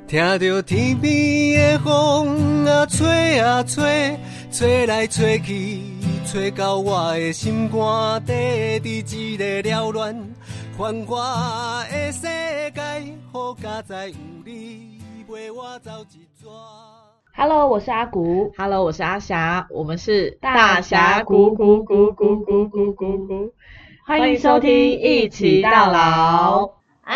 听着天边的风吹吹，吹来吹去，吹到我的心肝底，伫一个缭乱繁华的世界，好佳哉有你陪我走一逝。 Hello， 我是阿古。 Hello， 我是阿霞，我们是大侠古古古古古古古古，欢迎收听一起到老。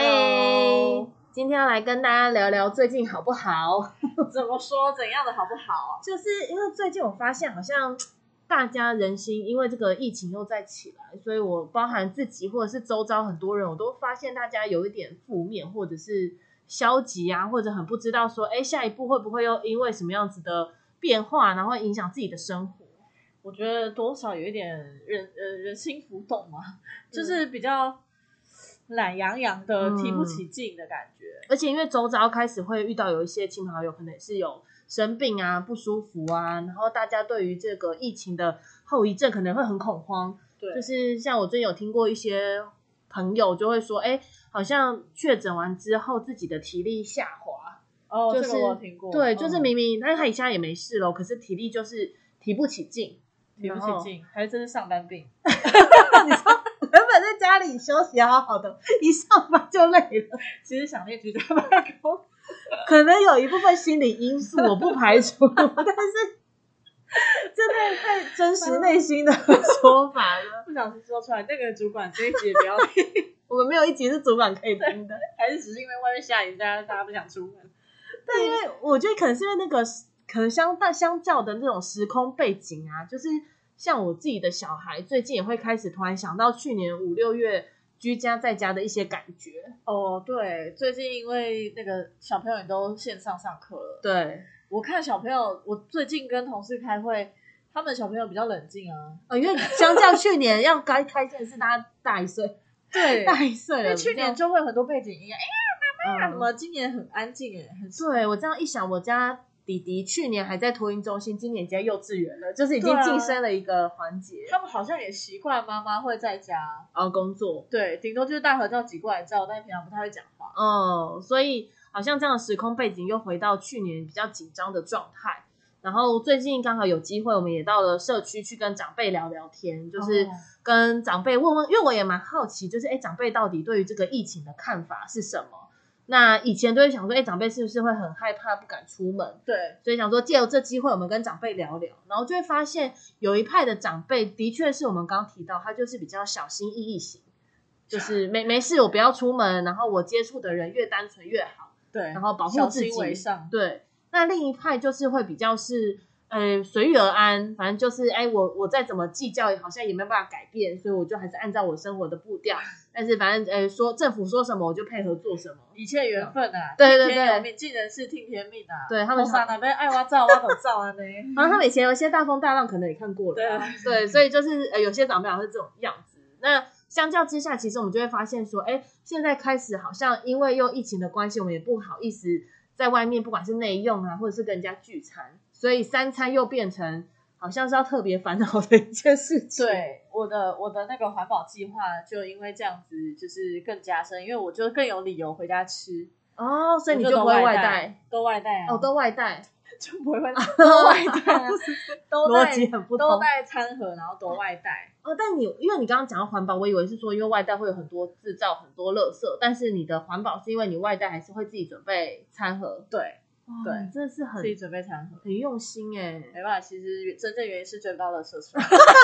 Hello， 今天要来跟大家聊聊最近好不好？ 怎么说？怎样的好不好？ 就是因为最近我发现好像大家人心因为这个疫情又再起来，所以我包含自己或者是周遭很多人，我都发现大家有一点负面或者是消极啊，或者很不知道说下一步会不会又因为什么样子的变化然后影响自己的生活。 我觉得多少有一点人心浮动嘛，就是比较懒洋洋的提不起劲的感觉。 而且因为周遭开始会遇到有一些亲朋好友可能也是有生病啊不舒服啊，然后大家对于这个疫情的后遗症可能会很恐慌。 对， 就是像我最近有听过一些朋友就会说好像确诊完之后自己的体力下滑。就是、 这个我有听过。 对，就是明明但是他现在也没事了，可是体力就是提不起劲， 还是真是上班病。 你说原本在家里休息好好的，一上班就累了。 其实想念居家办公， 可能有一部分心理因素，我不排除，但是这太真实内心的说法了， 不小心说出来。那个主管这一集也不要听， 我们没有一集是主管可以听的， 还是只是因为外面下雨，大家不想出门。 但因为我觉得可能是因为那个可能相较的那种时空背景啊，就是像我自己的小孩最近也会开始突然想到去年5、6月居家在家的一些感觉。 对，最近因为那个小朋友也都线上上课了。 对， 我看小朋友，我最近跟同事开会，他们小朋友比较冷静啊。 因为相较去年要开件是大1岁， 对， 大1岁了。 因为去年就会很多背景音，妈妈，怎么今年很安静很对，我这样一想，我家弟弟去年还在托婴中心，今年已经在幼稚园了，就是已经晋升了一个环节。 他们好像也习惯妈妈会在家工作， 对，顶多就是大合照挤过来照，但平常不太会讲话。 所以好像这样的时空背景又回到去年比较紧张的状态。然后最近刚好有机会，我们也到了社区去跟长辈聊聊天，就是跟长辈问问，因为我也蛮好奇，就是长辈到底对于这个疫情的看法是什么。那以前都会想说长辈是不是会很害怕不敢出门， 对， 所以想说借由这机会我们跟长辈聊聊，然后就会发现有一派的长辈的确是我们刚提到他就是比较小心翼翼型，就是没事我不要出门，然后我接触的人越单纯越好， 对， 然后保护自己， 小心为上。 对，那另一派就是会比较是随遇而安，反正就是我再怎么计较好像也没有办法改变，所以我就还是按照我生活的步调，但是反正说政府说什么我就配合做什么， 一切缘分啊， 对对对， 听天由命，尽人事听天命啊。 对，他们哪边爱挖照挖都照啊呢。 然后他们以前有一些大风大浪可能也看过了，对，所以就是有些长辈好像是这种样子。那相较之下，其实我们就会发现说现在开始好像因为又疫情的关系，我们也不好意思在外面不管是内用啊或者是跟人家聚餐，所以3餐又变成好像是要特别烦恼的一件事情。 对，我的那个环保计划就因为这样子就是更加深，因为我就更有理由回家吃。 所以你就不会外带？ 都外带啊。 都外带就不会外带，都外带啊。 逻辑很不同， 都带餐盒，然后都外带。 但因为你刚刚讲到环保，我以为是说因为外带会有很多制造很多垃圾，但是你的环保是因为你外带还是会自己准备餐盒。 对， 真的是很自己准备餐盒， 很用心没办法，其实真正原因是追不到垃圾出来。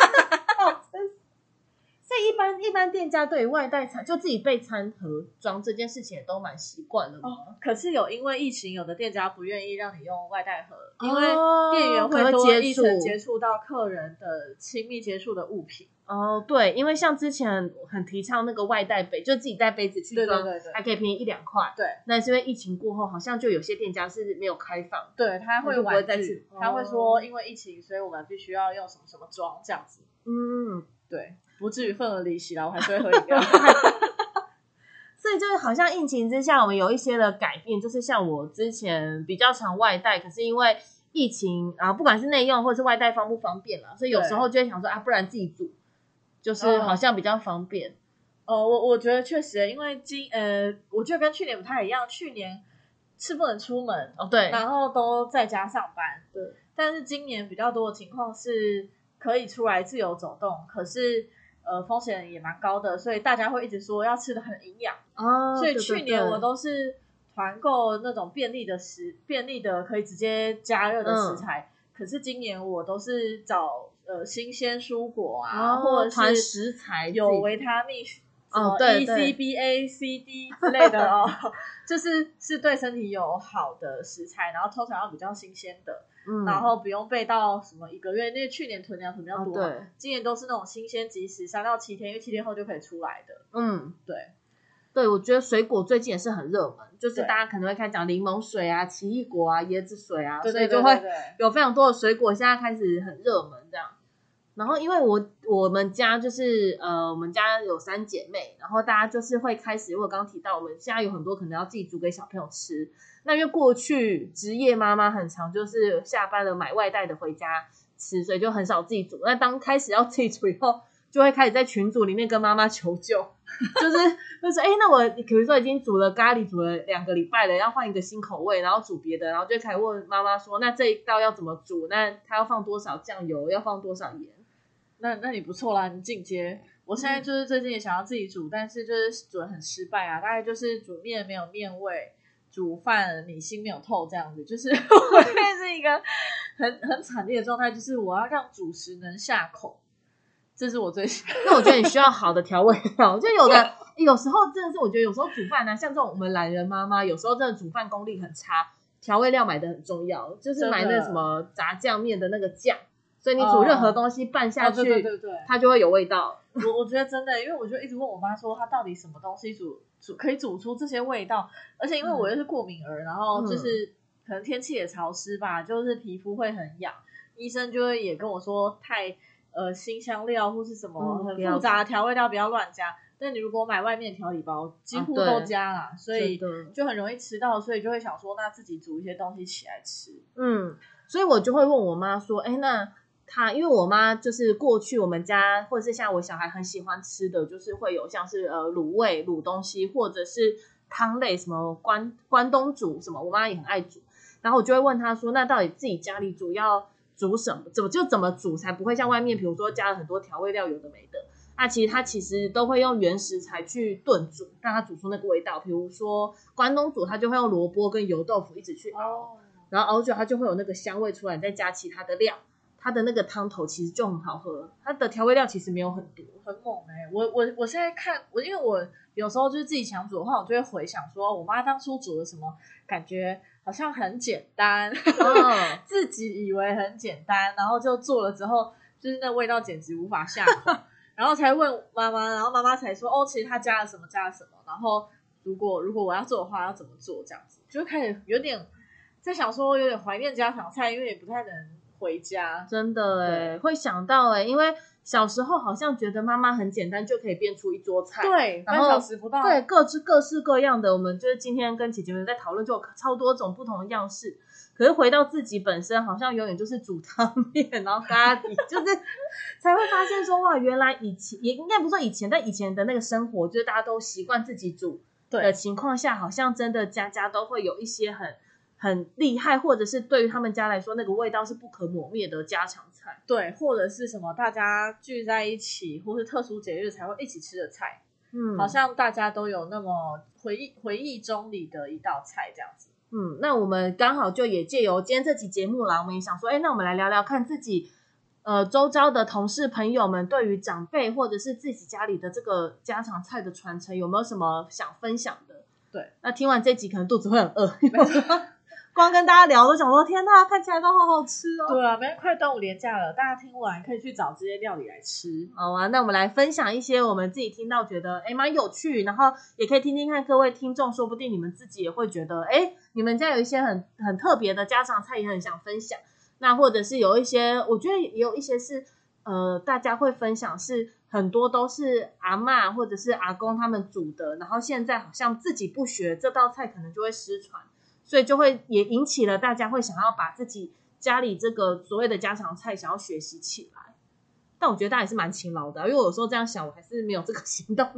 所以一般店家对于外带餐就自己备餐盒装这件事情也都蛮习惯的嘛。 可是因为疫情，有的店家不愿意让你用外带盒，因为店员会多一层接触到客人的亲密接触的物品。 对，因为像之前很提倡那个外带杯，就自己带杯子去装， 对， 还可以便宜1、2块。 对， 那是因为疫情过后，好像就有些店家是没有开放。 对，他会婉拒，他会说因为疫情，所以我们必须要用什么什么装这样子。对，不至于份额离席啦，我还是会喝饮料。 所以就是好像疫情之下，我们有一些的改变，就是像我之前比较常外带，可是因为疫情不管是内用或者是外带方不方便啦，所以有时候就会想说不然自己煮，就是好像比较方便。 我觉得确实，因为我觉得跟去年不太一样，去年是不能出门哦，对， 然后都在家上班。 对， 但是今年比较多的情况是可以出来自由走动，可是风险也蛮高的，所以大家会一直说要吃的很营养。所以去年我都是团购那种便利的可以直接加热的食材，可是今年我都是找新鲜蔬果啊，或者是食材有维他命对 ECBA、CD 之类的哦，就是对身体有好的食材，然后通常要比较新鲜的，然后不用备到什么1个月，因为去年囤粮囤比较多， 对， 今年都是那种新鲜即时3到7天，因为7天后就可以出来的。 对，我觉得水果最近也是很热门，就是大家可能会开始讲柠檬水啊、奇异果啊、椰子水啊，所以就会有非常多的水果现在开始很热门这样。然后因为我们家就是我们家有3姐妹，然后大家就是会开始，因为我刚刚提到我们现在有很多可能要自己煮给小朋友吃，那因为过去职业妈妈很常就是下班了买外带的回家吃，所以就很少自己煮。那当开始要自己煮以后，就会开始在群组里面跟妈妈求救，就是那我比如说已经煮了咖喱煮了2个礼拜了，要换一个新口味，然后煮别的，然后就开始问妈妈说，那这一道要怎么煮？那它要放多少酱油？要放多少盐？ 那你不错啦，你进阶。我现在就是最近也想要自己煮，但是就是煮得很失败啊，大概就是煮面没有面味，煮饭米心没有透这样子，就是我现在是一个很惨烈的状态，就是我要让主食能下口，这是我最那我觉得你需要好的调味料，就有时候真的是我觉得有时候煮饭啊，像这种我们懒人妈妈有时候真的煮饭功力很差，调味料买的很重要，就是买那什么炸酱面的那个酱，所以你煮任何东西拌下去， 对， 它就会有味道。 我觉得真的，因为我就一直问我妈说，她到底什么东西可以煮出这些味道，而且因为我又是过敏儿，然后就是可能天气也潮湿吧，就是皮肤会很痒，医生就会也跟我说太辛香料或是什么很复杂的调味料不要乱加。但你如果买外面调理包，几乎都加啦，所以就很容易吃到，所以就会想说，那自己煮一些东西起来吃。 所以我就会问我妈说，那因为我妈就是过去我们家或者是像我小孩很喜欢吃的，就是会有像是卤东西，或者是汤类，什么关东煮什么，我妈也很爱煮。然后我就会问她说，那到底自己家里煮要煮什么？怎么煮才不会像外面比如说加了很多调味料有的没的？那它其实都会用原食材去炖煮，让它煮出那个味道。比如说关东煮，它就会用萝卜跟油豆腐一直去熬，然后熬久它就会有那个香味出来，再加其他的料，它的那个汤头其实就很好喝。它的调味料其实没有很多， 很猛我现在看因为我有时候就是自己想煮的话，我就会回想说我妈当初煮的什么，感觉好像很简单，自己以为很简单，然后就做了之后，就是那味道简直无法下口。然后才问妈妈，然后妈妈才说其实她加了什么，然后如果我要做的话要怎么做，这样子就开始有点在想说有点怀念家常菜，因为也不太能回家。 真的会想到因为小时候好像觉得妈妈很简单就可以变出一桌菜， 对， 然后半小时不到， 对，各式各样的，我们就是今天跟姐姐们在讨论，就有超多种不同的样式。可是回到自己本身，好像永远就是煮汤面，然后咖喱，就是才会发现说，哇，原来以前也应该不说以前，但以前的那个生活，就是大家都习惯自己煮的情况下，好像真的家家都会有一些很厉害，或者是对于他们家来说，那个味道是不可磨灭的家常菜。 对，或者是什么大家聚在一起，或是特殊节日才会一起吃的菜。好像大家都有那么回忆中里的一道菜这样子。 那我们刚好就也借由今天这期节目啦，我们也想说，那我们来聊聊看自己周遭的同事朋友们对于长辈或者是自己家里的这个家常菜的传承有没有什么想分享的。 对， 那听完这集可能肚子会很饿，光跟大家聊都想说天哪，看起来都好好吃哦。 对啊，快端午连假了，大家听完可以去找这些料理来吃。 好啊，那我们来分享一些我们自己听到觉得蛮有趣，然后也可以听听看各位听众，说不定你们自己也会觉得你们家有一些很特别的家常菜也很想分享。那或者是有一些我觉得也有一些是大家会分享，是很多都是阿嬷或者是阿公他们煮的，然后现在好像自己不学这道菜可能就会失传，所以就会也引起了大家会想要把自己家里这个所谓的家常菜想要学习起来。但我觉得大家也是蛮勤劳的因为我有时候这样想，我还是没有这个行动力。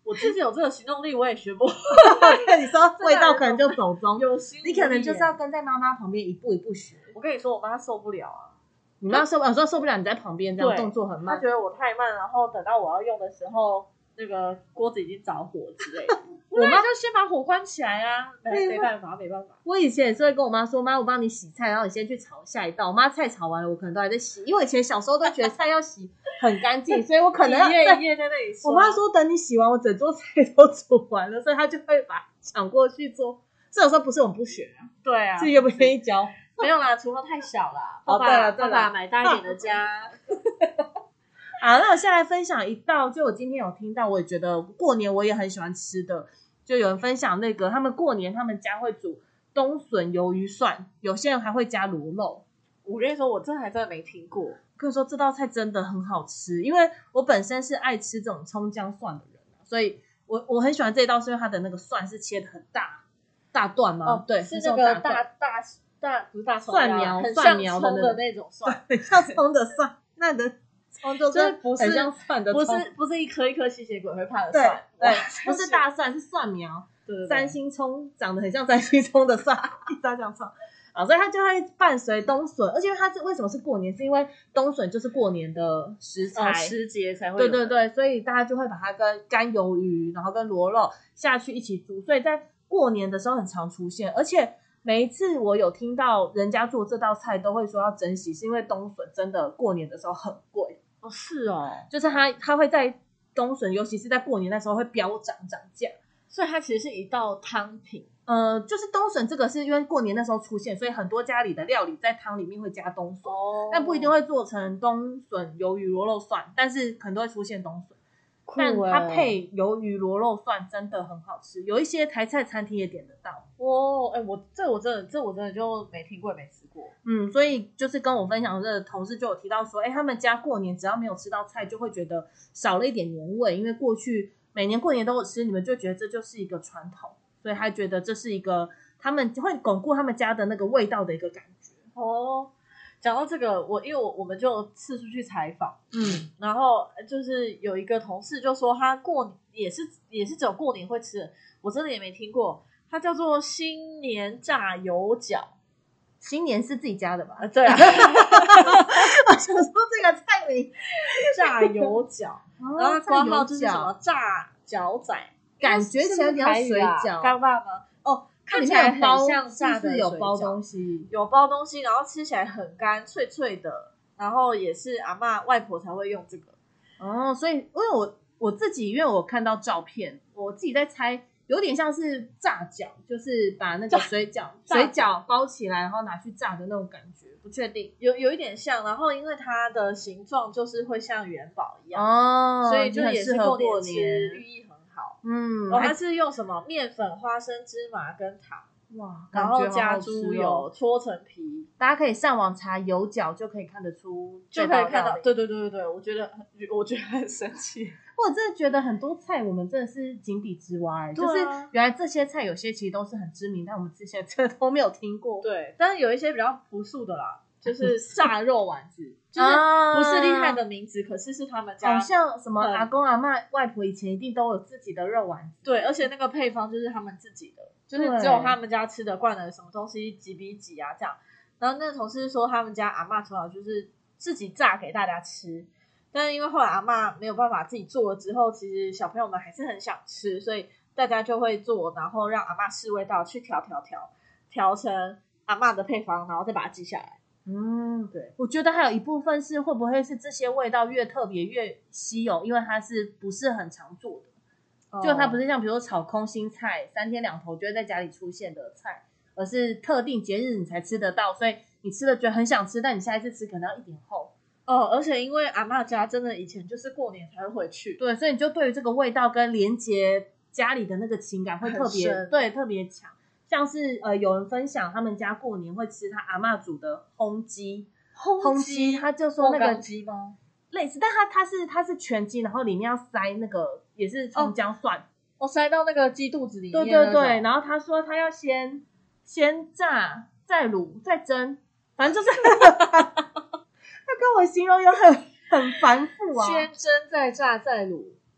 我即使有这个行动力，我也学不会。 你说味道可能就走中， 有心你可能就是要跟在妈妈旁边一步一步学。 我跟你说，我妈受不了啊。 你妈受不了，有时候受不了你在旁边这样动作很慢， 她觉得我太慢，然后等到我要用的时候，那个锅子已经着火之类的。我妈就先把火关起来啊，没办法。 我以前也是会跟我妈说，妈，我帮你洗菜，然后你先去炒下一道。我妈菜炒完了，我可能都还在洗，因为以前小时候都觉得菜要洗很干净，所以我可能要一页一页在那里刷。 我妈说等你洗完，我整桌菜都煮完了，所以她就会把抢过去做。这有时候不是我们不学啊， 对啊， 是愿不愿意教？ 没有啦，厨房太小啦。 对了， 爸爸买大一点的家。 好，那我先来分享一道，就我今天有听到，我也觉得过年我也很喜欢吃的，就有人分享那个他们过年他们家会煮冬笋鱿鱼蒜，有些人还会加螺肉。 我跟你说，我这还真的没听过。 跟你说这道菜真的很好吃，因为我本身是爱吃这种葱姜蒜的人，所以我很喜欢这一道，是因为它的那个蒜是切的很大段吗？ 哦， 对， 是那个大不是大蒜苗， 很蒜苗的那种蒜， 对，像葱的蒜，那你的葱就是很像蒜的葱， 不是一颗一颗吸血鬼会怕的蒜， 对，不是大蒜，是蒜苗，对，三星葱长得很像三星葱的蒜，一直这样唱。啊，所以它就会伴随冬笋，而且它为什么是过年？是因为冬笋就是过年的食材， 时节才会有。 对，所以大家就会把它跟干鱿鱼，然后跟螺肉下去一起煮，所以在过年的时候很常出现。而且每一次我有听到人家做这道菜，都会说要珍惜，是因为冬笋真的过年的时候很贵哦，是哦， 就是它会在冬笋，尤其是在过年的时候会飙涨价， 所以它其实是一道汤品。 就是冬笋这个是因为过年那时候出现，所以很多家里的料理在汤里面会加冬笋，但不一定会做成冬笋鱿鱼螺肉蒜，但是可能都会出现冬笋。但它配鱿鱼螺肉蒜真的很好吃，有一些台菜餐厅也点得到。 我真的就没听过也没吃过。 所以就是跟我分享的同事就有提到说，他们家过年只要没有吃到菜，就会觉得少了一点年味，因为过去每年过年都有吃，你们就觉得这就是一个传统。所以他觉得这是一个他们会巩固他们家的那个味道的一个感觉。 讲到这个，因为我们就四处去采访，然后就是有一个同事就说他过年也是只有过年会吃的，我真的也没听过，它叫做新年炸油饺。 新年是自己家的吧？ 对啊， 我想说这个菜名炸油饺，然后括号就是什么炸饺仔。 感觉起来有点像水饺， 干爸吗？看起来很像炸的， 有包东西， 然后吃起来很干，脆脆的，然后也是阿嬷外婆才会用这个。 所以因为我自己，因为我看到照片，我自己在猜，有点像是炸饺，就是把那个水饺包起来，然后拿去炸的那种感觉，不确定， 有一点像。然后因为它的形状就是会像元宝一样，所以就也是过年吃，寓意很好。它是用什么面粉、花生、芝麻跟糖， 哇， 然后加猪油搓成皮。 大家可以上网查油饺，就可以看得出， 就可以看到。对，我觉得很神奇。 我真的觉得很多菜我们真的是井底之蛙，就是原来这些菜有些其实都是很知名，但我们之前真的都没有听过。 对，但是有一些比较朴素的啦，就是炸肉丸子，就是不是厉害的名字，可是他们家好像什么阿公阿嬷外婆以前一定都有自己的肉丸子。 对，而且那个配方就是他们自己的，就是只有他们家吃得惯的什么东西几比几啊这样。然后那个同事说他们家阿嬷从小就是自己炸给大家吃，但是因为后来阿嬷没有办法自己做了之后，其实小朋友们还是很想吃，所以大家就会做，然后让阿嬷试味道，去调成阿嬷的配方，然后再把它记下来。 对，我觉得还有一部分是会不会是这些味道越特别越稀有，因为它是不是很常做的，就它不是像比如说炒空心菜3天2头就会在家里出现的菜，而是特定节日你才吃得到，所以你吃了觉得很想吃，但你下一次吃可能要1点后。 而且因为阿嬷家真的以前就是过年才会回去， 对，所以你就对于这个味道跟连结家里的那个情感会特别强。像是有人分享他们家过年会吃他阿嬷煮的烘鸡，他就说那个鸡吗？ 类似，但它是全鸡，然后里面要塞那个也是葱姜蒜， 塞到那个鸡肚子里面。 对，然后他说他要先炸再卤再蒸，反正就是他跟我形容有很繁复啊， 先蒸再炸再卤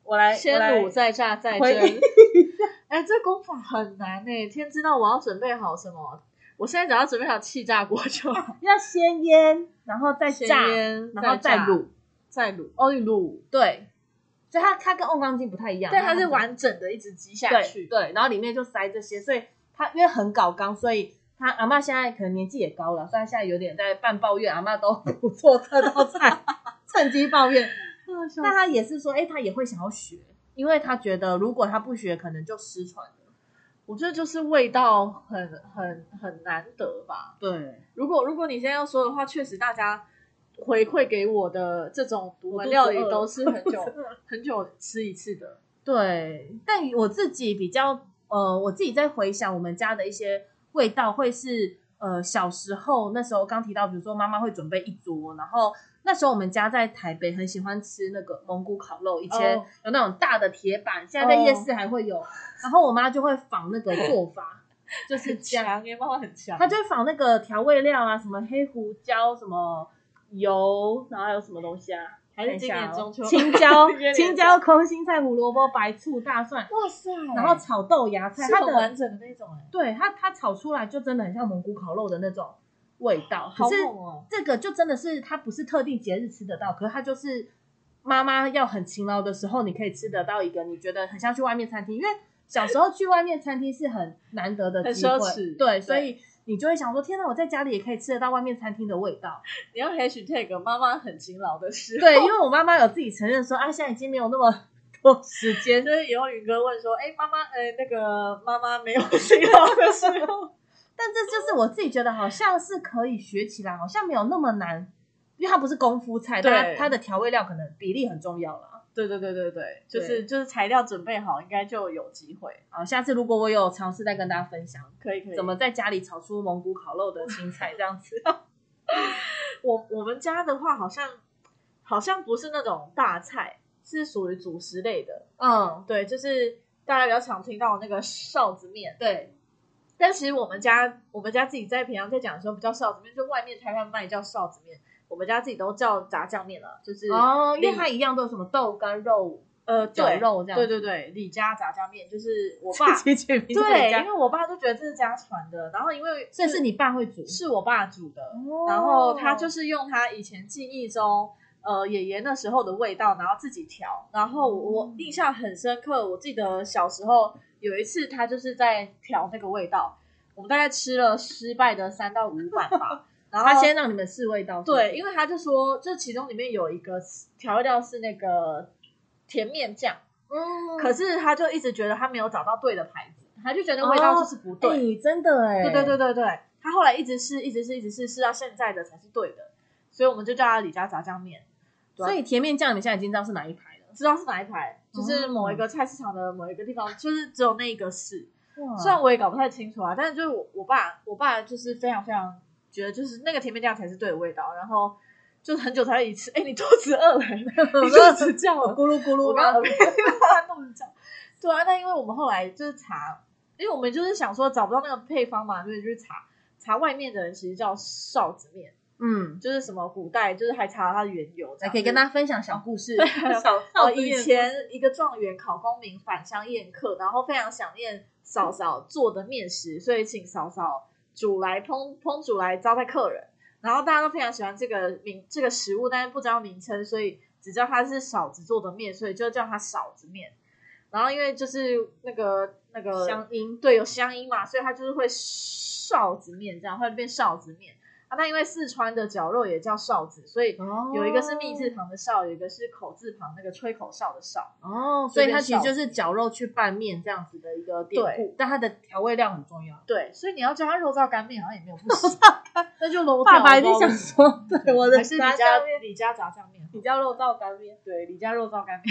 我来先卤再炸再蒸。这功法很难耶，天知道我要准备好什么。我现在只要准备好气炸锅就好。 要先腌，然后再炸，然后再卤， 卤。 对，所以它跟瓮缸鸡不太一样， 对，它是完整的一直鸡下去。 对，然后里面就塞这些，所以它因为很搞缸，所以他阿嬷现在可能年纪也高了，所以他现在有点在半抱怨，阿嬷都不做这道菜，趁机抱怨。但他也是说，他也会想要学，因为他觉得如果他不学，可能就失传了。 我觉得就是味道很难得吧。 对， 如果你现在要说的话，确实大家回馈给我的这种独门料理都是很久吃一次的。 对，但我自己比较我自己在回想我们家的一些味道，会是小时候那时候刚提到，比如说妈妈会准备一桌，然后那时候我们家在台北很喜欢吃那个蒙古烤肉，以前有那种大的铁板，现在在夜市还会有，然后我妈就会仿那个做法，就是这样， 妈妈很强， 她就会仿那个调味料啊，什么黑胡椒，什么油，然后还有什么东西啊？ 还是今年中秋青椒、空心菜、胡萝卜、白醋、大蒜， 哇塞！ 然后炒豆芽菜， 是很完整的那种对，它炒出来就真的很像蒙古烤肉的那种味道。可是这个就真的是它不是特定节日吃得到，可是它就是妈妈要很勤劳的时候，你可以吃得到一个你觉得很像去外面餐厅，因为小时候去外面餐厅是很难得的机会， 很奢侈， 对，所以你就会想说，天哪，我在家里也可以吃得到外面餐厅的味道。 你要 hashtag 妈妈很勤劳的时候， 对，因为我妈妈有自己承认说，现在已经没有那么多时间， 就是以后云哥问说，妈妈，那个妈妈没有勤劳的时候， 但这就是我自己觉得好像是可以学起来，好像没有那么难，因为它不是功夫菜，但它的调味料可能比例很重要啦。 对，就是材料准备好，应该就有机会。 好，下次如果我有尝试再跟大家分享， 可以， 怎么在家里炒出蒙古烤肉的青菜这样子。 我们家的话，好像不是那种大菜，是属于主食类的。对，就是大家比较常听到那个臊子面。 对， 但其实我们家自己在平常在讲的时候不叫臊子面，就外面摊贩卖叫臊子面。我们家自己都叫炸酱面了，就是因为它一样都有什么豆干肉绞肉这样。 对，李家炸酱面就是我爸对， 因为我爸就觉得这是家传的，然后因为这是你爸会煮， 是我爸煮的，然后他就是用他以前记忆中爷爷那时候的味道，然后自己调，然后我印象很深刻，我记得小时候有一次他就是在调那个味道，我们大概吃了失败的3到5碗吧。然后他先让你们试味道， 对，因为他就说，就其中里面有一个调味料是那个甜面酱，可是他就一直觉得他没有找到对的牌子，他就觉得味道就是不对， 真的对，他后来一直试到现在的才是对的，所以我们就叫他李家炸酱面。 所以甜面酱你们现在已经知道是哪一排了？ 知道是哪一排，就是某一个菜市场的某一个地方，就是只有那一个是，虽然我也搞不太清楚啊，但是就是我爸就是非常非常。觉得就是那个甜面酱才是对的味道，然后就很久才一次。你肚子饿了，你肚子叫了， 咕噜咕噜， 我刚刚肚子叫。对啊，但因为我们后来就是查，因为我们就是想说找不到那个配方嘛，所以就是查外面的人其实叫臊子面，就是什么古代就是还查它的缘由， 还可以跟大家分享小故事。 以前一个状元考功名返乡宴客，然后非常想念嫂嫂做的面食，所以请嫂嫂煮来烹煮来招待客人，然后大家都非常喜欢这个食物，但是不知道名称，所以只知道它是嫂子做的面，所以就叫它嫂子面。然后因为就是那个乡音， 对，有乡音嘛，所以它就是会臊子面这样，会变臊子面。那因为四川的绞肉也叫臊子，所以有一个是密字旁的臊，有一个是口字旁那个吹口哨的哨。 所以它其实就是绞肉去拌面这样子的一个典故，但它的调味料很重要。 对，所以你要叫它肉燥干面好像也没有不行。那就爸爸一定想说，对，我的还是李家炸酱面， 你叫肉燥干面， 对，李家肉燥干面。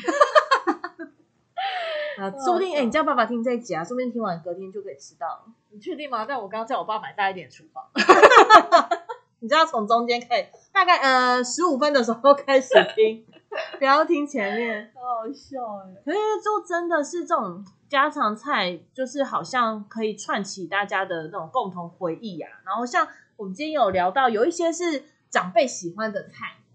说不定你叫爸爸听这一集啊，说不定听完隔天就可以吃到了。 你确定吗？但我刚刚叫我爸买大一点厨房。 你知道从中间开始，大概15分的时候开始听，不要听前面， 好笑可是就真的是这种家常菜，就是好像可以串起大家的那种共同回忆啊。然后像我们今天有聊到，有一些是长辈喜欢的菜，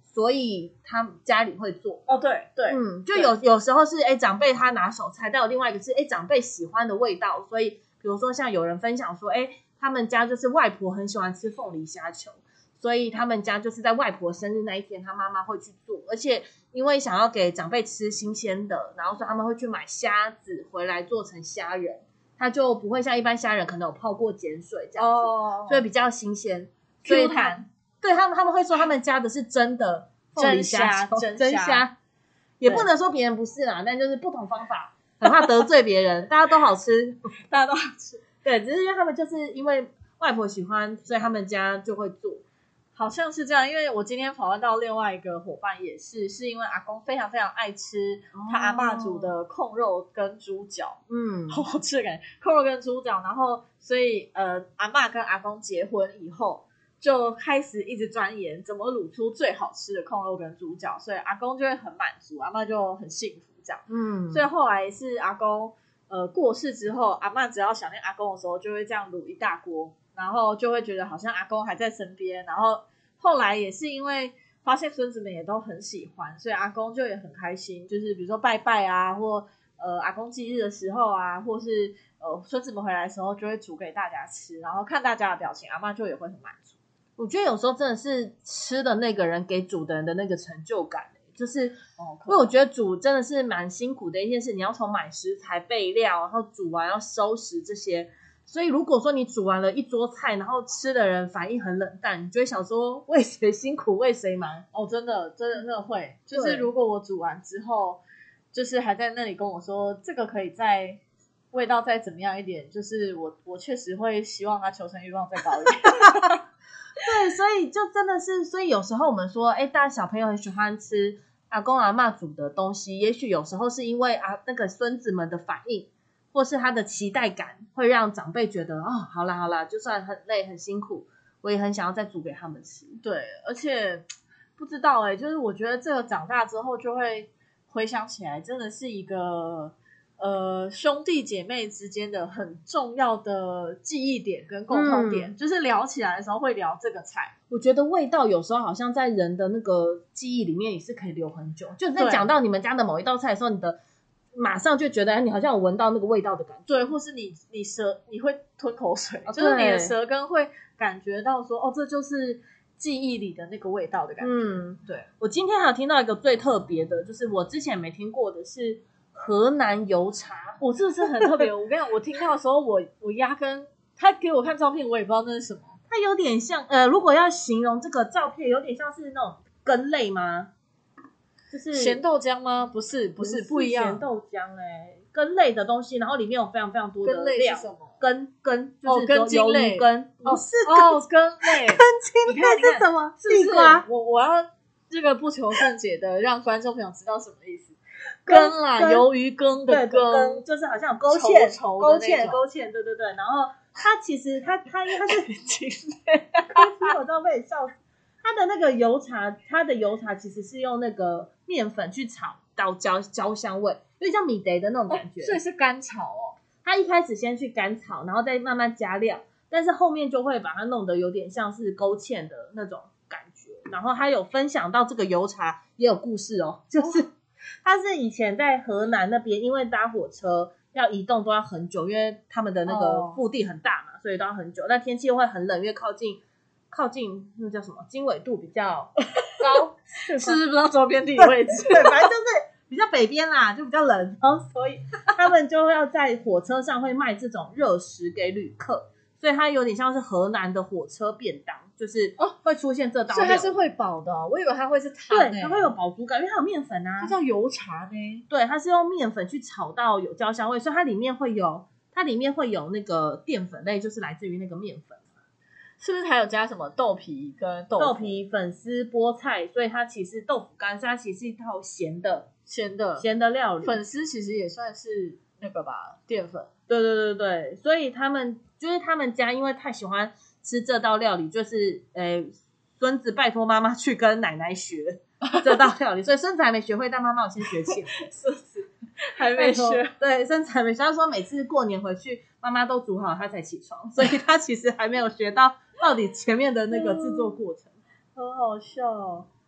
所以他们家里会做。 哦，对对， 就有时候是长辈他拿手菜，但有另外一个是长辈喜欢的味道，所以比如说像有人分享说他们家就是外婆很喜欢吃凤梨虾球，所以他们家就是在外婆生日那一天他妈妈会去做，而且因为想要给长辈吃新鲜的，然后所以他们会去买虾子回来做成虾仁，它就不会像一般虾仁可能有泡过碱水这样子，所以比较新鲜 Q 弹。 对，他们会说他们家的是真的凤梨虾球，真虾，也不能说别人不是啦，但就是不同方法，很怕得罪别人。大家都好吃， 大家都好吃。 对，只是因为他们就是因为外婆喜欢，所以他们家就会做。 好像是这样，因为我今天访问到另外一个伙伴也是因为阿公非常非常爱吃他阿嬷煮的控肉跟猪脚，好好吃的感觉，控肉跟猪脚，然后所以阿嬷跟阿公结婚以后就开始一直钻研怎么卤出最好吃的控肉跟猪脚，所以阿公就会很满足，阿嬷就很幸福这样。所以后来是阿公过世之后，阿嬷只要想念阿公的时候，就会这样卤一大锅，然后就会觉得好像阿公还在身边。然后后来也是因为发现孙子们也都很喜欢，所以阿公就也很开心，就是比如说拜拜啊，或阿公忌日的时候啊，或是孙子们回来的时候，就会煮给大家吃，然后看大家的表情，阿嬷就也会很满足。 我觉得有时候真的是吃的那个人给煮的人的那个成就感，就是因为我觉得煮真的是蛮辛苦的一件事，你要从买食材备料，然后煮完要收拾这些，所以如果说你煮完了一桌菜，然后吃的人反应很冷淡，你就会想说为谁辛苦为谁忙。 真的会，就是如果我煮完之后就是还在那里跟我说这个可以再味道再怎么样一点，就是我确实会希望他求生欲望再高一点。 对，所以就真的是，所以有时候我们说大家小朋友很喜欢吃阿公阿嬷煮的东西，也许有时候是因为那个孙子们的反应，或是他的期待感，会让长辈觉得好啦，就算很累很辛苦，我也很想要再煮给他们吃。 对，而且不知道就是我觉得这个长大之后就会回想起来，真的是一个兄弟姐妹之间的很重要的记忆点跟共同点，就是聊起来的时候会聊这个菜。 我觉得味道有时候好像在人的那个记忆里面也是可以留很久，就是在讲到你们家的某一道菜的时候，你的马上就觉得你好像有闻到那个味道的感觉。 对，或是你会吞口水，就是你的舌根会感觉到说这就是记忆里的那个味道的感觉。对， 我今天还有听到一个最特别的，就是我之前没听过的是河南油茶。 我这是很特别。我跟你讲，我听到的时候我压根他给我看照片我也不知道那是什么。 它有点像如果要形容这个照片，有点像是那种根类吗？就是咸豆浆吗？不是不一样， 咸豆浆根类的东西，然后里面有非常非常多的料。 根类是什么？ 根就是根茎类。 根不是根类。 根茎类是什么？ 地瓜。我要这个不求甚解的让观众朋友知道什么意思。根啦，鱿鱼羹的羹， 就是好像有勾芡，对。然后它其实它因为它是我都被笑死。它的那个油茶其实是用那个面粉去炒到焦香味，有点像米德的那种感觉。 所以是干炒它一开始先去干炒，然后再慢慢加料，但是后面就会把它弄得有点像是勾芡的那种感觉。然后他有分享到这个油茶也有故事就是他是以前在河南那边，因为搭火车要移动都要很久，因为他们的那个腹地很大嘛，所以都要很久。那天气又会很冷，因为靠近那叫什么经纬度比较高， 是不知道周边地理位置？ 对，反正就是比较北边啦，就比较冷，然后所以他们就要在火车上会卖这种热食给旅客，所以它有点像是河南的火车便当，就是会出现这道料， 所以它是会饱的我以为它会是汤对，它会有饱足感，因为它有面粉啊， 它叫油茶呢。 对，它是用面粉去炒到有焦香味，所以它里面会有那个淀粉类，就是来自于那个面粉。 是不是还有加什么豆皮跟豆皮、粉丝、菠菜，所以它其实豆腐干，所以它其实是一套咸的料理。 粉丝其实也算是那个吧，淀粉。 对，所以他们家因为太喜欢吃这道料理，就是孙子拜托妈妈去跟奶奶学这道料理，所以孙子还没学会，但妈妈有先学起来。 孙子还没学， 对，孙子还没学。他说每次过年回去，妈妈都煮好他才起床，所以他其实还没有学到底前面的那个制作过程。 很好笑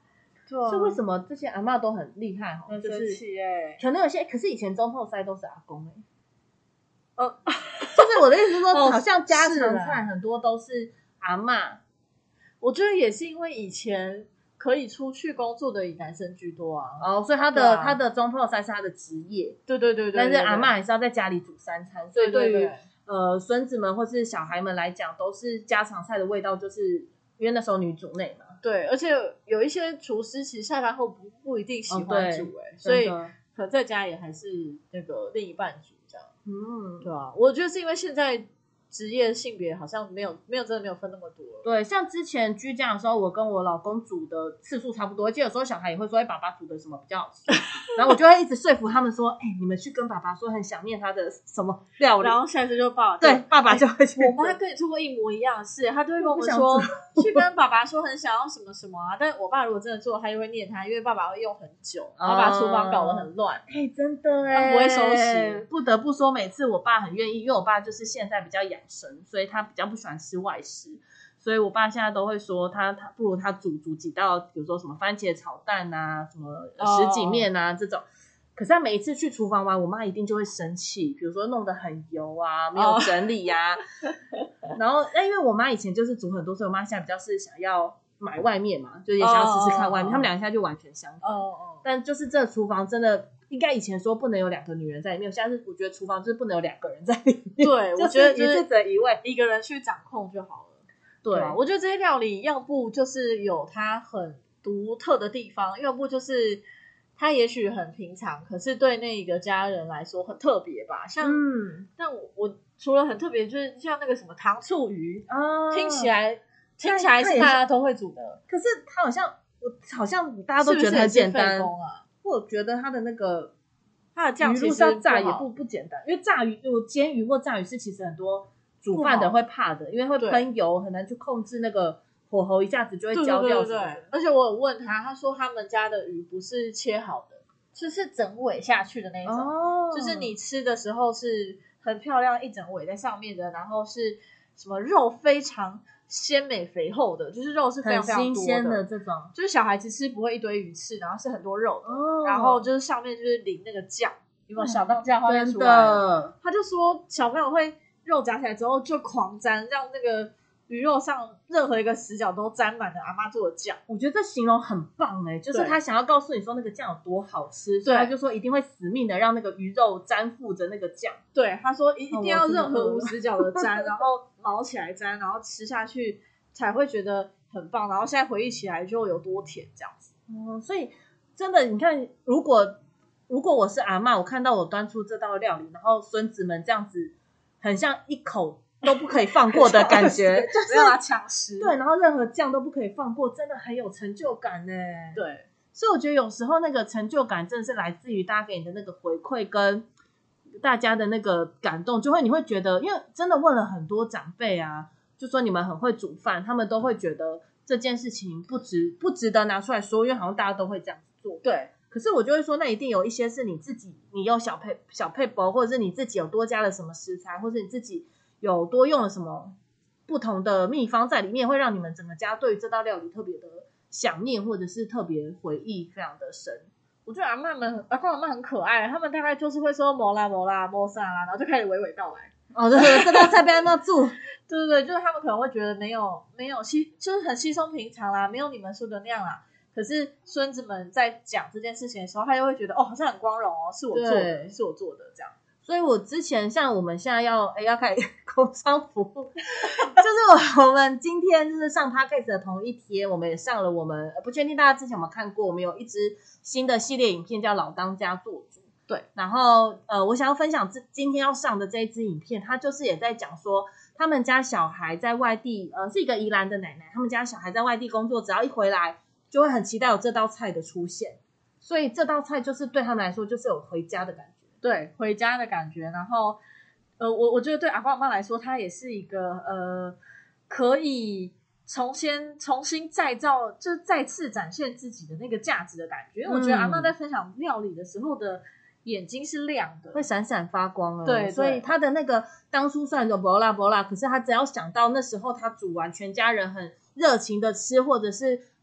对啊， 所以为什么这些阿嬷都很厉害很神就是奇欸可能有些，可是以前中后塞都是阿公哦， 就是我的意思是说， 哦好像家是啦常菜很多都是阿嬷。 我觉得也是因为以前可以出去工作的以男生居多啊。 哦，所以他对的、 啊他的中泡菜是他的职业， 对对对对， 但是阿嬷妈还是要在家里煮3餐，所以对于对孙子们或是小孩们来讲，都是家常菜的味道，就是因为那时候女主内嘛。 对，而且有一些厨师其实下班后不一定喜欢煮对所以真的可能在家也还是那个另一半煮这样， 嗯， 对啊，我觉得是因为现在职业性别好像没有真的没有分那么多了。 对，像之前居家的时候，我跟我老公煮的次数差不多，而且有时候小孩也会说，爸爸煮的什么比较好吃，然后我就会一直说服他们说，你们去跟爸爸说很想念他的什么料理， 然后下次就爸爸对爸爸就会去。 我妈跟你做过一模一样的事，她都会跟我们说去跟爸爸说很想要什么什么啊，但我爸如果真的做，他就会念他，因为爸爸会用很久，然后把厨房搞得很乱。 真的他不会收拾。 不得不说，每次我爸很愿意，因为我爸就是现在比较养生，所以他比较不喜欢吃外食，所以我爸现在都会说他不如他煮几道，比如说什么番茄炒蛋啊，什么什锦面啊这种。可是他每一次去厨房玩，我妈一定就会生气，比如说弄得很油啊，没有整理啊。然后因为我妈以前就是煮很多，所以我妈现在比较是想要买外面嘛，就是也想要试试看外面。他们两个现在就完全相反。但就是这厨房真的。应该以前说不能有2个女人在里面，现在是我觉得厨房就是不能有2个人在里面。 对，我觉得就是一次只一位， 一个人去掌控就好了。 对， 我觉得这些料理要不就是有它很独特的地方，要不就是它也许很平常，可是对那个家人来说很特别吧。像，但我除了很特别，就是像那个什么糖醋鱼，听起来是大家都会煮的， 可是它好像大家都觉得很简单是不是也是费工啊？ 我觉得它的那个它的酱鱼其实炸也不简单，因为炸鱼煎鱼或炸鱼是其实很多煮饭的会怕的，因为会喷油，很难去控制那个火候，一下子就会焦掉。 对，而且我有问他说他们家的鱼不是切好的，就是整尾下去的那种，就是你吃的时候是很漂亮一整尾在上面的，然后是什么肉非常鲜美肥厚的，就是肉是非常非常多的， 很新鲜的这种， 就是小孩子吃不会一堆鱼翅，然后是很多肉的，然后就是上面就是淋那个酱，有没有小当家画面出来？他就说小朋友会肉夹起来之后就狂沾，让那个鱼肉上任何一个死角都沾满了阿嬷做的酱。 我觉得这形容很棒就是他想要告诉你说那个酱有多好吃，所以他就说一定会死命的让那个鱼肉沾附着那个酱。 对，他说一定要任何无死角的沾，然后毛起来沾，然后吃下去才会觉得很棒。然后现在回忆起来就有多甜这样子。 所以真的你看，如果我是阿嬷，我看到我端出这道料理，然后孙子们这样子很像一口都不可以放过的感觉，就是没有抢食。 对，然后任何酱都不可以放过，真的很有成就感呢。 对， 所以我觉得有时候那个成就感真的是来自于大家给你的那个回馈跟大家的那个感动，你会觉得，因为真的问了很多长辈啊，就说你们很会煮饭，他们都会觉得这件事情不值得拿出来说，因为好像大家都会这样子做。 对。 可是我就会说，那一定有一些是你自己，你有小配包，或者是你自己有多加了什么食材，或者你自己有多用了什么不同的秘方在里面，会让你们整个家对于这道料理特别的想念，或者是特别回忆非常的深。 我觉得阿嬷很可爱，他们大概就是会说摩啦摩啦摩萨啦，然后就开始娓娓道来。 对，这道菜不要那么做。 对，就是他们可能会觉得没有就是很稀松平常啦，没有你们说的那样啦。可是孙子们在讲这件事情的时候，他就会觉得好像很光荣是我做的这样。 所以我之前像我们现在要开始工商服务，就是我们今天就是上 Podcast 的同一天，我们也上了我们不确定大家之前有没有看过，我们有一支新的系列影片叫老当家做主。 对， 然后我想要分享今天要上的这一支影片，它就是也在讲说他们家小孩在外地是一个宜兰的奶奶，他们家小孩在外地工作，只要一回来就会很期待有这道菜的出现，所以这道菜就是对他们来说就是有回家的感觉。 对，回家的感觉。然后我觉得对阿公阿嬷来说，它也是一个可以重新再造，就是再次展现自己的那个价值的感觉。因为我觉得阿嬷在分享料理的时候的眼睛是亮的， 会闪闪发光对， 所以他的那个当初虽然有不辣，可是他只要想到那时候他煮完全家人很热情的吃，或者是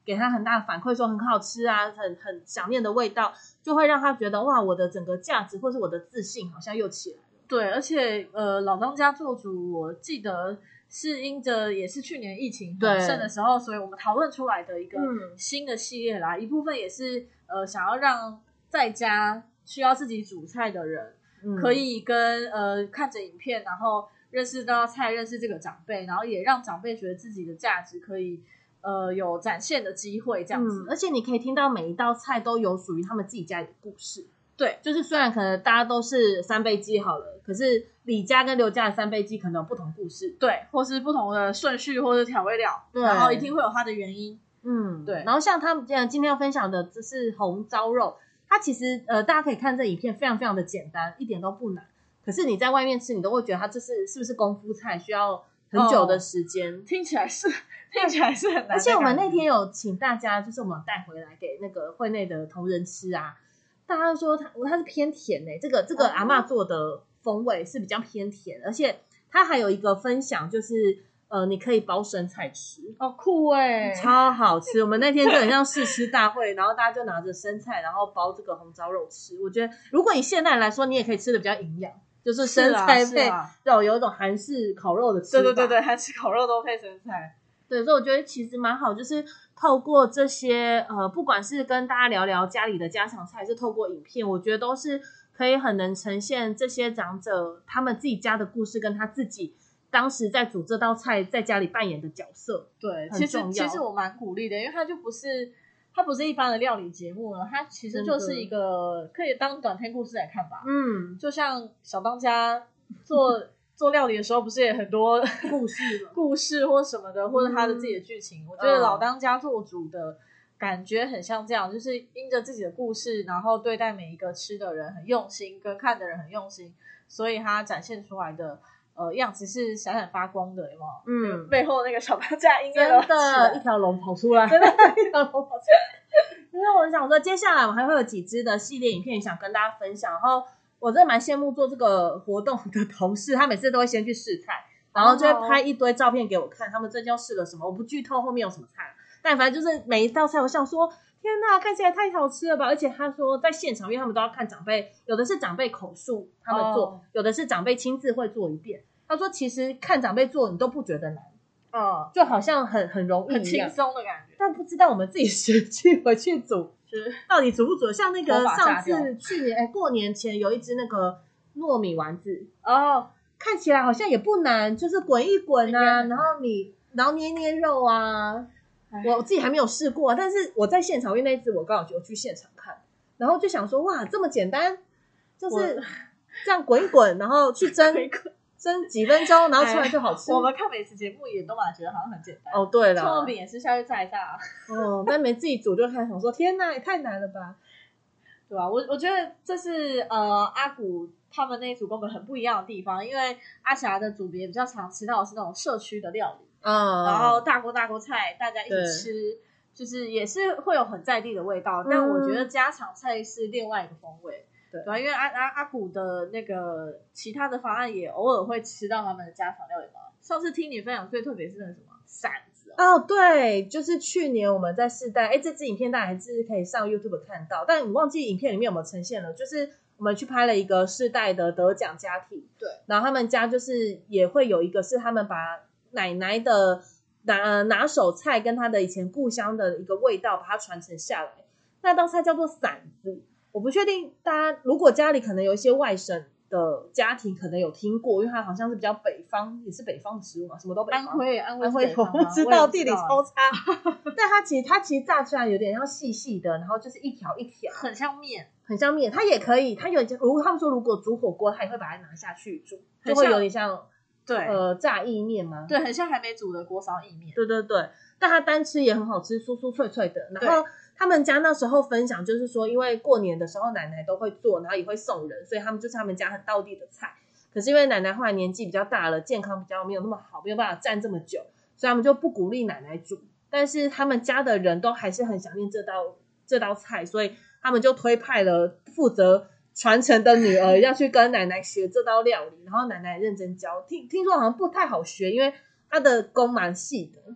给他很大的反馈，说很好吃啊，很想念的味道，就会让他觉得哇，我的整个价值或是我的自信好像又起来了。 对，而且老当家做主，我记得是因着也是去年疫情很盛的时候，所以我们讨论出来的一个新的系列啦，一部分也是想要让在家需要自己煮菜的人，可以跟看着影片，然后认识这道菜，认识这个长辈，然后也让长辈觉得自己的价值可以有展现的机会，这样子。 而且你可以听到每一道菜都有属于他们自己家里的故事。 对， 就是虽然可能大家都是三杯鸡好了，可是李家跟刘家的三杯鸡可能有不同故事， 对，或是不同的顺序或者调味料，然后一定会有它的原因。对。 然后像他们今天要分享的这是红烧肉，它其实大家可以看这影片非常非常的简单，一点都不难。可是你在外面吃，你都会觉得它这是不是功夫菜，需要很久的时间。 听起来是很难。 而且我们那天有请大家，就是我们带回来给那个会内的同仁吃啊。大家说它是偏甜这个阿嬷做的风味是比较偏甜，而且它还有一个分享，就是你可以包生菜吃， 酷超好吃。我们那天就很像试吃大会，然后大家就拿着生菜，然后包这个红烧肉吃。我觉得如果以现代来说，你也可以吃的比较营养，就是生菜配肉，有一种韩式烤肉的吃法。 对，韩式烤肉都配生菜。 对，所以我觉得其实蛮好，就是透过这些不管是跟大家聊聊家里的家常菜，还是透过影片，我觉得都是可以很能呈现这些长者他们自己家的故事，跟他自己当时在煮这道菜在家里扮演的角色。 对，其实我蛮鼓励的，因为它不是一般的料理节目了，它其实就是一个可以当短篇故事来看吧。就像小当家做料理的时候，不是也很多故事或什么的，或者他的自己的剧情。我觉得老当家做主的感觉很像这样，就是因着自己的故事，然后对待每一个吃的人很用心，跟看的人很用心，所以他展现出来的样子是闪闪发光的，有没有？背后那个小当家音乐真的一条龙跑出来，真的一条龙跑出来。因为我想说，接下来我还会有几支的系列影片想跟大家分享，然后我真的蛮羡慕做这个活动的同事，他每次都会先去试菜，然后就会拍一堆照片给我看，他们最近又试了什么，我不剧透后面有什么菜，但反正就是每一道菜我想说天哪，看起来太好吃了吧。而且他说在现场，因为他们都要看长辈，有的是长辈口述他们做，有的是长辈亲自会做一遍。他说其实看长辈做你都不觉得难，就好像很容易很轻松的感觉， 但不知道我们自己实际回去煮到底煮不煮。像那个上次去年过年前有一只那个糯米丸子看起来好像也不难，就是滚一滚啊，然后捏捏肉啊。我自己还没有试过，但是我在现场，因为那一只我刚好就去现场看，然后就想说哇这么简单，就是这样滚一滚，然后去蒸几分钟，然后出来就好吃。 我们看美食节目也都嘛觉得好像很简单。 对了， 葱油饼也是下去炸一炸。 但没自己煮就看想说天哪，也太难了吧， 对吧？我觉得这是阿古他们那一组跟我们很不一样的地方，因为阿霞的组别比较常吃到的是那种社区的料理，然后大锅菜大家一起吃，就是也是会有很在地的味道。但我觉得家常菜是另外一个风味。对，因为阿古的那个其他的方案也偶尔会吃到他们的家常料理嘛。上次听你分享最特别是那个什么馓子对，就是去年我们在世代这支影片大家还是可以上 YouTube 看到，但你忘记影片里面有没有呈现了，就是我们去拍了一个世代的得奖家庭， 对， 然后他们家就是也会有一个是他们把奶奶的拿手菜跟他的以前故乡的一个味道把它传承下来，那道菜叫做馓子。我不确定大家如果家里可能有一些外省的家庭可能有听过，因为它好像是比较北方，也是北方的食物嘛，什么都北方。 安徽我不知道，地理超差。但它其实炸出来有点像细细的，然后就是一条一条， 很像面。 它也可以，它有他们说如果煮火锅，它也会把它拿下去煮，就会有点像炸意面吗？ 对，很像还没煮的锅烧意面。 对，但它单吃也很好吃，酥酥脆脆的。然后他们家那时候分享就是说，因为过年的时候奶奶都会做，然后也会送人，所以他们就是他们家很道地的菜。可是因为奶奶后来年纪比较大了，健康比较没有那么好，没有办法站这么久，所以他们就不鼓励奶奶煮。但是他们家的人都还是很想念这道菜，所以他们就推派了负责传承的女儿要去跟奶奶学这道料理，然后奶奶认真教。听说好像不太好学，因为她的工蛮细的。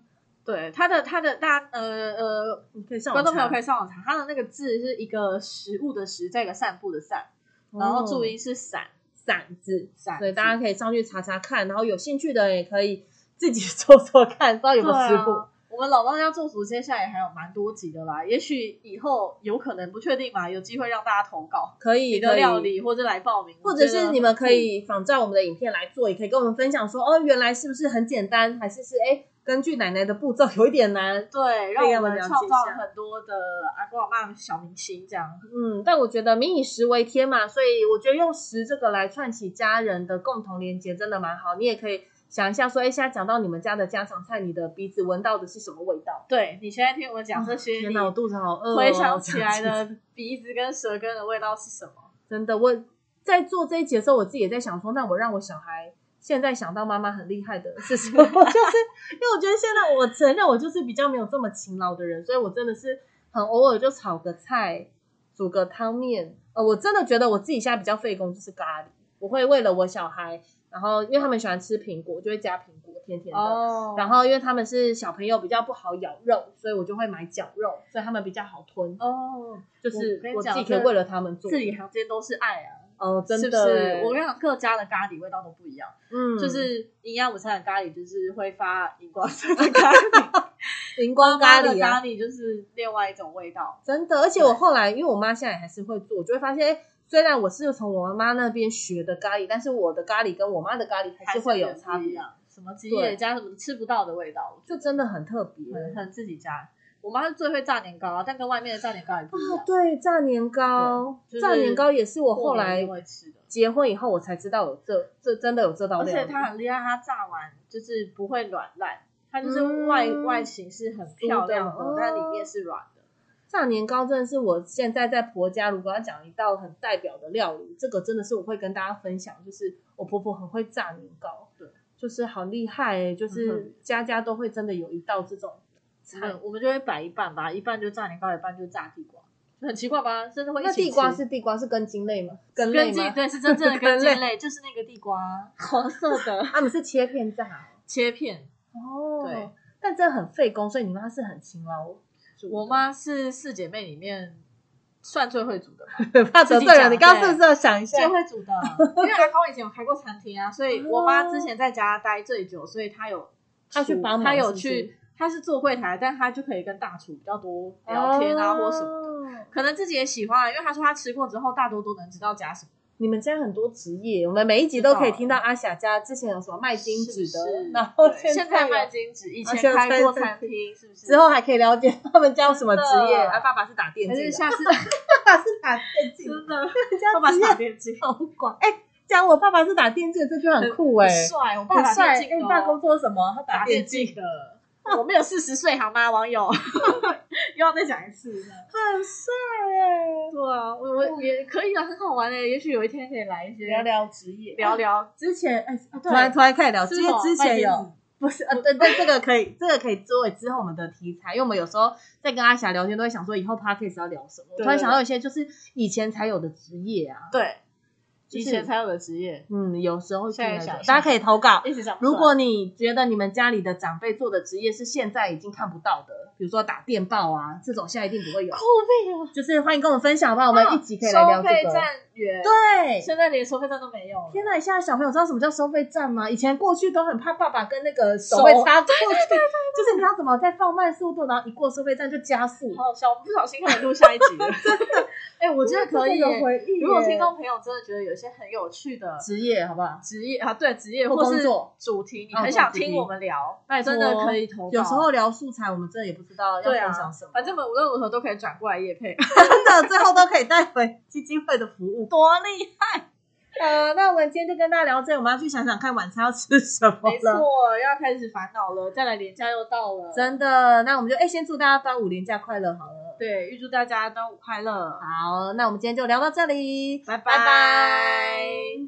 对，他的大家你可以上观众朋友可以上网查，他的那个字是一个食物的食，再一个散步的散，然后注音是散字， 散， 所以大家可以上去查查看，然后有兴趣的人也可以自己做做看，不知道有没有师傅。 我们老当家做厨接下来还有蛮多集的啦，也许以后有可能不确定嘛，有机会让大家投稿， 可以你的料理或者来报名， 或者是你们可以仿照我们的影片来做，也可以跟我们分享说哦，原来是不是很简单，还是根据奶奶的步骤有一点难， 对，让我们创造很多的阿公阿嬷小明星这样。 但我觉得民以食为天嘛，所以我觉得用食这个来串起家人的共同连结真的蛮好。你也可以想一下说，现在讲到你们家的家常菜，你的鼻子闻到的是什么味道？ 对，你现在听我讲这些， 天哪，我肚子好饿回想起来的鼻子跟舌根的味道是什么？ 真的，我在做这一集的时候，我自己也在想说，那我让我小孩现在想到妈妈很厉害的是什么？就是因为我觉得现在我承认我就是比较没有这么勤劳的人，所以我真的是很偶尔就炒个菜，煮个汤面。我真的觉得我自己现在比较费工就是咖喱，我会为了我小孩。然后因为他们喜欢吃苹果，就会加苹果甜甜的。然后因为他们是小朋友比较不好咬肉，所以我就会买绞肉，所以他们比较好吞。就是我自己可以为了他们做。 字里行间都是爱啊。 真的， 是不是？我跟你讲，各家的咖喱味道都不一样。就是营养午餐的咖喱就是会发荧光色的咖喱， 荧光咖喱咖喱就是另外一种味道。 真的，而且我后来因为我妈现在还是会做，我就会发现虽然我是从我妈妈那边学的咖喱，但是我的咖喱跟我妈的咖喱还是会有差别。 什么鸡叶加什么吃不到的味道， 就真的很特别， 很自己家。我妈是最会炸年糕啊，但跟外面的炸年糕也不一样。 对，炸年糕，炸年糕也是我后来结婚以后我才知道有这真的有这道料理。 而且它很厉害，它炸完就是不会软烂，它就是外形是很漂亮的，但里面是软的。 炸年糕真的是我现在在婆家如果要讲一道很代表的料理，这个真的是我会跟大家分享，就是我婆婆很会炸年糕，对，就是好厉害就是家家都会真的有一道这种菜。 我们就会摆一半吧，一半就炸年糕，一半就炸地瓜，很奇怪吧？真的会一起吃。 那地瓜是根茎类吗？ 根茎对，是真正的根茎类，就是那个地瓜，黄色的。 他们是切片炸， 切片对，但真的很费工，所以你妈是很勤劳。 我妈是4姐妹里面算最会煮的吧， 怕得罪人。你刚刚是不是要想一下？ 最会煮的，因为阿公以前有开过餐厅啊，所以我妈之前在家待最久，所以她去帮忙， 她有去，她是做柜台，但她就可以跟大厨比较多聊天啊，或什么的，可能自己也喜欢，因为她说她吃过之后，大多都能知道加什么。 你们家很多职业，我们每一集都可以听到阿霞家之前有什么卖金纸的，然后现在卖金纸，以前开过餐厅，是不是？ 之后还可以了解他们家有什么职业。爸爸是打电竞的， 下次爸爸是打电竞， 真的，爸爸是打电竞， 好广。讲我爸爸是打电竞，这就很酷帅。我爸打电竞， 你爸工作什么？他打电竞的。我们有40岁好吗，网友？又要再讲一次， 很帅对啊，我也可以啊，很好玩也许有一天可以来一些聊聊职业， 聊聊之前突然开始聊，因为之前有不是对，这个可以作为之后我们的题材，因为我们有时候在跟阿霞聊天都会想说以后 podcast 要聊什么，我突然想到一些就是以前才有的职业啊， 对。以前才有的职业， 有时候大家可以投稿。如果你觉得你们家里的长辈做的职业是现在已经看不到的，比如说打电报啊，这种现在一定不会有。 酷毙了！ 就是欢迎跟我们分享吧，我们一集可以来聊这个。 收费站员， 对， 现在连收费站都没有了。 天哪！现在小朋友知道什么叫收费站吗？以前过去都很怕爸爸跟那个手会插过去，对，就是你要怎么再放慢速度，然后一过收费站就加速。 好笑，我不小心可能录下一集了。真的，我觉得可以耶。如果听众朋友真的觉得有些很有趣的职业，好不好？ 职业啊，对，职业或是主题，你很想听我们聊，那真的可以投稿。 有时候聊素材，我们真的也不知道要分享什么。 反正无论如何都可以转过来业配， 真的，最后都可以带回基金会的服务， 多厉害！ 那我们今天就跟大家聊这，我们要去想想看晚餐要吃什么了。 没错，要开始烦恼了，再来连假又到了， 真的。那我们就先祝大家端午连假快乐好了。 对，预祝大家端午快乐。 好，那我们今天就聊到这里， 拜拜。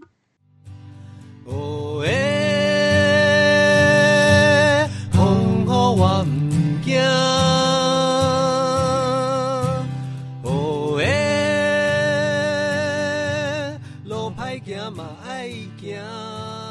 风雨我不惊，路歹行嘛爱行。